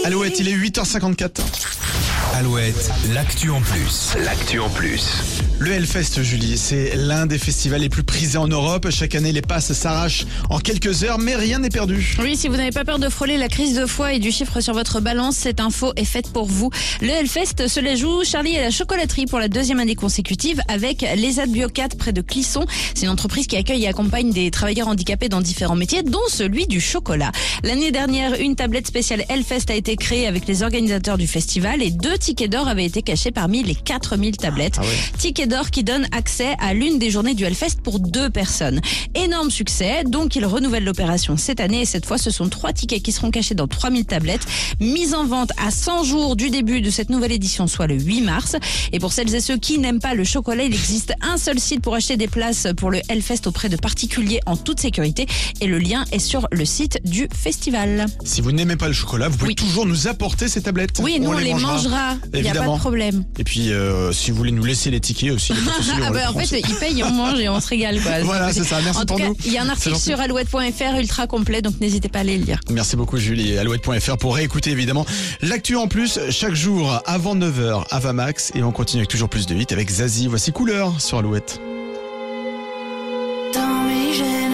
Alouette, il est 8h54. Alouette, l'actu en plus. L'actu en plus. Le Hellfest, Julie, c'est l'un des festivals les plus prisés en Europe. Chaque année, les passes s'arrachent en quelques heures, mais rien n'est perdu. Oui, si vous n'avez pas peur de frôler la crise de foie et du chiffre sur votre balance, cette info est faite pour vous. Le Hellfest se la joue Charlie et la chocolaterie pour la deuxième année consécutive avec l'ESAT Biocat près de Clisson. C'est une entreprise qui accueille et accompagne des travailleurs handicapés dans différents métiers, dont celui du chocolat. L'année dernière, une tablette spéciale Hellfest a été créée avec les organisateurs du festival et 2 tickets d'or avaient été cachés parmi les 4000 tablettes. Tickets d'or qui donnent accès à l'une des journées du Hellfest pour 2 personnes. Énorme succès, donc ils renouvellent l'opération cette année et cette fois ce sont 3 tickets qui seront cachés dans 3000 tablettes, mises en vente à 100 jours du début de cette nouvelle édition, soit le 8 mars. Et pour celles et ceux qui n'aiment pas le chocolat, il existe un seul site pour acheter des places pour le Hellfest auprès de particuliers en toute sécurité et le lien est sur le site du festival. Si vous n'aimez pas le chocolat, vous pouvez toujours nous apporter ces tablettes. Oui, nous on les mangera. Il n'y a pas de problème. Et puis, si vous voulez nous laisser les tickets aussi, en fait, ils payent, on mange et on se régale, quoi. Voilà, c'est ça. Merci en pour tout cas, nous. Il y a un article sur alouette.fr ultra complet, donc n'hésitez pas à aller le lire. Merci beaucoup, Julie. Alouette.fr pour réécouter, évidemment, l'actu en plus, chaque jour, avant 9h, Avamax. Et on continue avec toujours plus de hit avec Zazie. Voici Couleur sur Alouette.